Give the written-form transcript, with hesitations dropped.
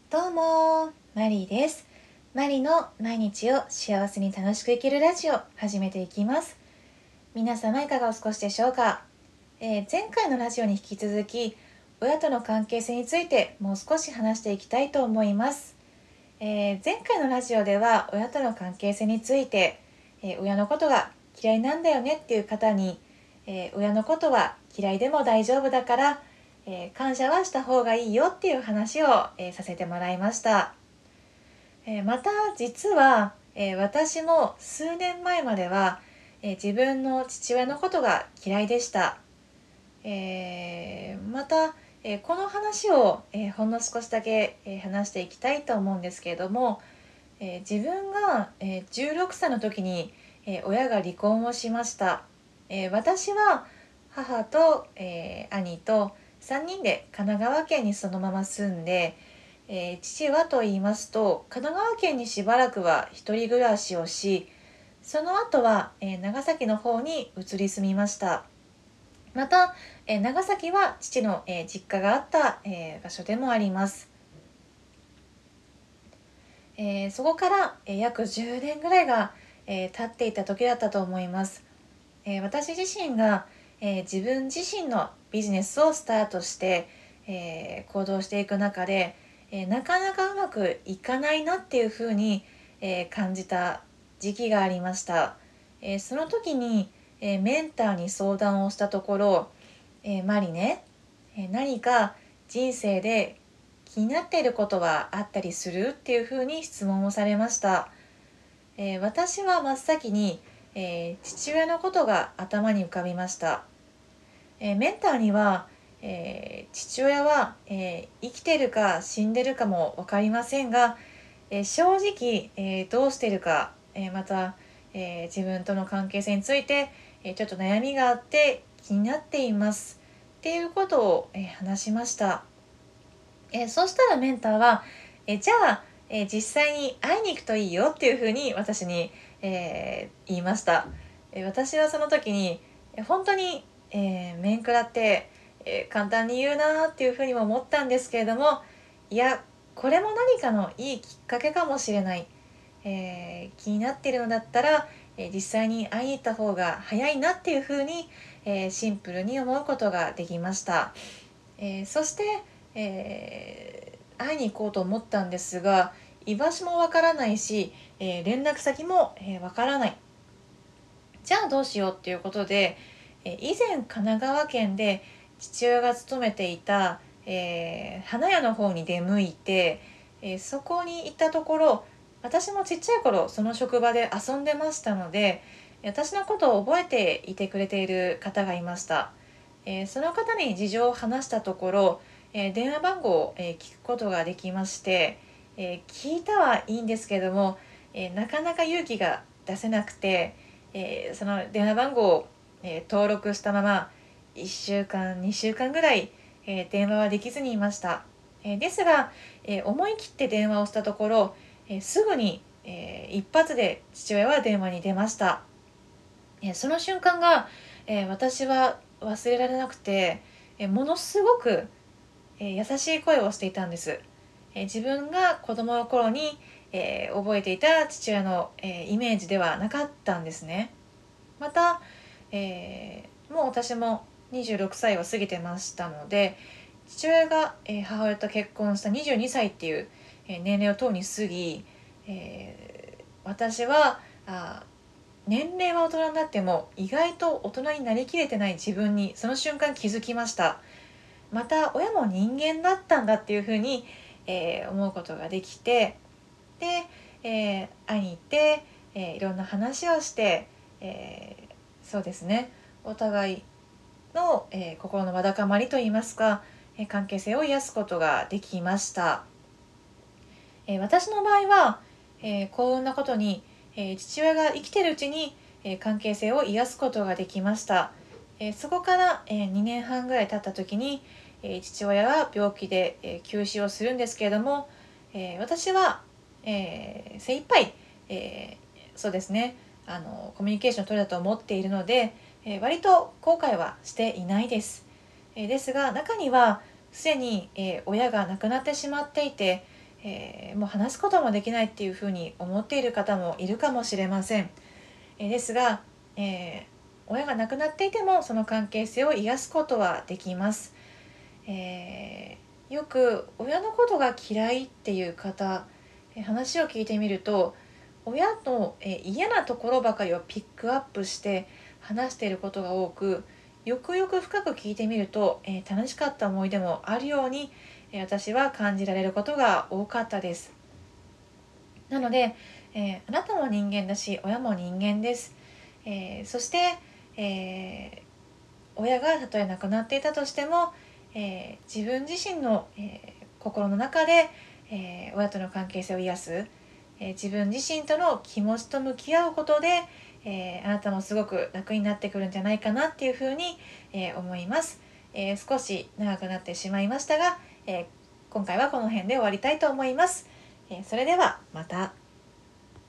どうもマリーです。マリの毎日を幸せに楽しく生きるラジオ始めていきます。皆様いかがお過ごしでしょうか。前回のラジオに引き続き親との関係性についてもう少し話していきたいと思います。前回のラジオでは親との関係性について、親のことが嫌いなんだよねっていう方に、親のことは嫌いでも大丈夫だから、感謝はした方がいいよっていう話を、させてもらいました。また実は、私も数年前までは、自分の父親のことが嫌いでした。また、この話を、ほんの少しだけ、話していきたいと思うんですけれども、自分が、16歳の時に、親が離婚をしました。私は母と、兄と3人で神奈川県にそのまま住んで、父はと言いますと神奈川県にしばらくは一人暮らしをし、その後は、長崎の方に移り住みました。また、長崎は父の、実家があった、場所でもあります。そこから、約10年ぐらいが、経っていた時だったと思います。私自身が、自分自身のビジネスをスタートして、行動していく中で、なかなかうまくいかないなっていうふうに、感じた時期がありました。その時に、メンターに相談をしたところ、マリね、何か人生で気になっていることはあったりするっていうふうに質問をされました。私は真っ先に、父親のことが頭に浮かびました。メンターには、父親は、生きてるか死んでるかも分かりませんが、正直、どうしてるか、また、自分との関係性について、ちょっと悩みがあって気になっていますっていうことを、話しました。そうしたらメンターは、じゃあ、実際に会いに行くといいよっていうふうに私に、言いました。私はその時に、本当に、面食らって、簡単に言うなっていうふうにも思ったんですけれども、いやこれも何かのいいきっかけかもしれない、気になっているのだったら、実際に会いに行った方が早いなっていうふうに、シンプルに思うことができました。そして、会いに行こうと思ったんですが、居場所もわからないし、連絡先もわからない。じゃあどうしようっていうことで、以前神奈川県で父親が勤めていた、花屋の方に出向いて、そこに行ったところ、私もちっちゃい頃その職場で遊んでましたので、私のことを覚えていてくれている方がいました。その方に事情を話したところ、電話番号を、聞くことができまして、聞いたはいいんですけれども、なかなか勇気が出せなくて、その電話番号を、登録したまま1週間2週間ぐらい、電話はできずにいました。ですが、思い切って電話をしたところ、すぐに、一発で父親は電話に出ました。その瞬間が、私は忘れられなくて、ものすごく、優しい声をしていたんです。自分が子供の頃に、覚えていた父親の、イメージではなかったんですね。また、もう私も26歳を過ぎてましたので、父親が、母親と結婚した22歳っていう、年齢をとうに過ぎ、私は年齢は大人になっても意外と大人になりきれてない自分にその瞬間気づきました。また親も人間だったんだっていうふうに、思うことができて、で、会いに行って、いろんな話をして、そうですね、お互いの、心のわだかまりといいますか、関係性を癒すことができました。私の場合は、幸運なことに、父親が生きているうちに、関係性を癒すことができました。そこから、2年半ぐらい経った時に、父親は病気で、急死をするんですけれども、私は、精一杯、そうですね、コミュニケーションを取れたと思っているので、割と後悔はしていないです。ですが中にはすでに、親が亡くなってしまっていて、 もう話すこともできないっていうふうに思っている方もいるかもしれません。ですが、親が亡くなっていてもその関係性を癒すことはできます。よく親のことが嫌いっていう方、話を聞いてみると親の、嫌なところばかりをピックアップして話していることが多く、よくよく深く聞いてみると、楽しかった思い出もあるように、私は感じられることが多かったです。なので、あなたも人間だし親も人間です。そして、親がたとえ亡くなっていたとしても、自分自身の、心の中で、親との関係性を癒す、自分自身との気持ちと向き合うことで、あなたもすごく楽になってくるんじゃないかなっていうふうに、思います。少し長くなってしまいましたが、今回はこの辺で終わりたいと思います。それではまた。